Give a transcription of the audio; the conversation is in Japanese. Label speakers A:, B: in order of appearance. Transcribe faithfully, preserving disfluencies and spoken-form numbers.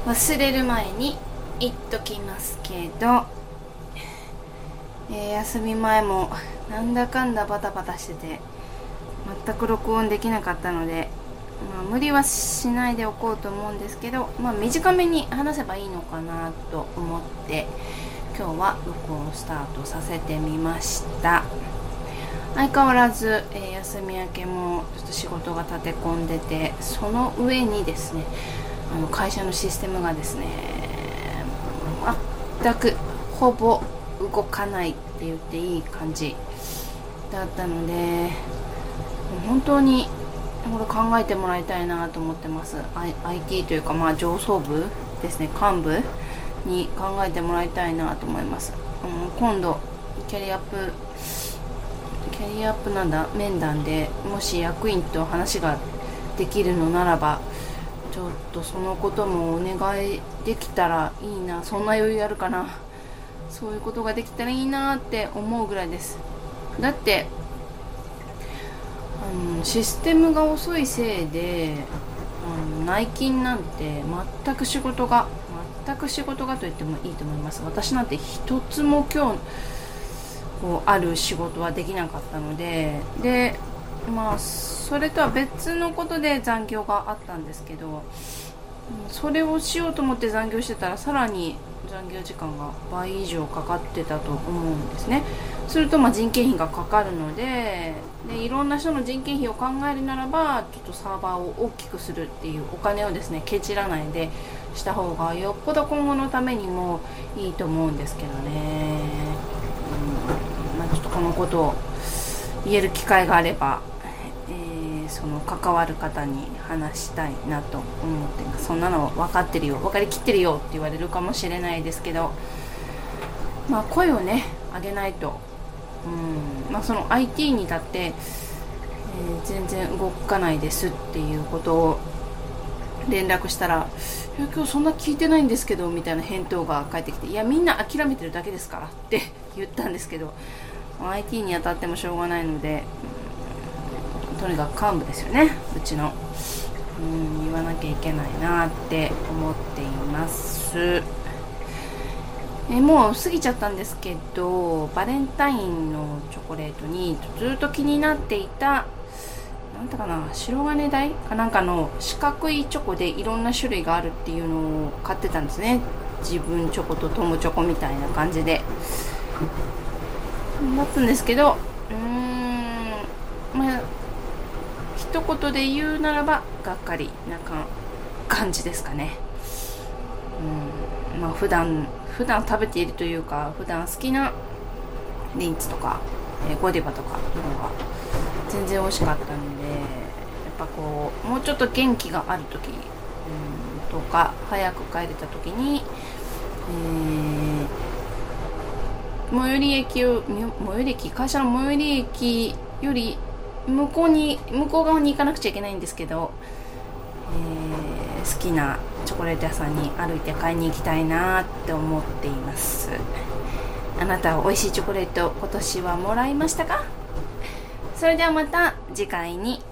A: 忘れる前に言っときますけど、えー、休み前もなんだかんだバタバタしてて全く録音できなかったので、まあ、無理はしないでおこうと思うんですけど、まあ、短めに話せばいいのかなと思って今日は録音スタートさせてみました。相変わらず、えー、休み明けもちょっと仕事が立て込んでて、その上にですね、あの会社のシステムがですね全くほぼ動かないって言っていい感じだったので、本当にこれ考えてもらいたいなと思ってます。 アイティー というか、まあ上層部ですね、幹部に考えてもらいたいなと思います。うん、今度キャリアアップキャリアアップなんだ面談でもし役員と話ができるのならば、ちょっとそのこともお願いできたらいいな。そんな余裕あるかな。そういうことができたらいいなって思うぐらいです。だってあのシステムが遅いせいであの内勤なんて全く仕事が全く仕事がと言ってもいいと思います。私なんて一つも今日こうある仕事はできなかったので、でまあそれとは別のことで残業があったんですけど、それをしようと思って残業してたらさらに残業時間が倍以上かかってたと思うんですね。するとまあ人件費がかかるので、でいろんな人の人件費を考えるならばちょっとサーバーを大きくするっていうお金をですねケチらないでした方がよっぽど今後のためにもいいと思うんですけどね。うん、まあ、ちょっとこのことを言える機会があれば、えー、その関わる方に話したいなと思っています。そんなの分かってるよ、分かりきってるよって言われるかもしれないですけど、まあ声をね上げないと、うん、まあその アイティー にだって、えー、全然動かないですっていうことを連絡したら、いや今日そんな聞いてないんですけどみたいな返答が返ってきて、いやみんな諦めてるだけですからって言ったんですけど、 アイティー に当たってもしょうがないので、とにかく幹部ですよね、うちの。うん、言わなきゃいけないなって思っています。えもう過ぎちゃったんですけど、バレンタインのチョコレートにずっと気になっていた、なんてかな、白金台かなんかの四角いチョコでいろんな種類があるっていうのを買ってたんですね。自分チョコと友チョコみたいな感じでだったんですけど、うーんまあ一言で言うならばがっかりな感じですかね。うん、まあ普段普段食べているというか、普段好きなリンツとか、えー、ゴディバとかのが全然美味しかったので、やっぱこうもうちょっと元気がある時、うん、とか早く帰れた時に、えー、最寄り駅を最寄り駅会社の最寄り駅より向こうに向こう側に行かなくちゃいけないんですけど、えー、好きなチョコレート屋さんに歩いて買いに行きたいなって思っています。あなたは美味しいチョコレート今年はもらいましたか？それではまた次回に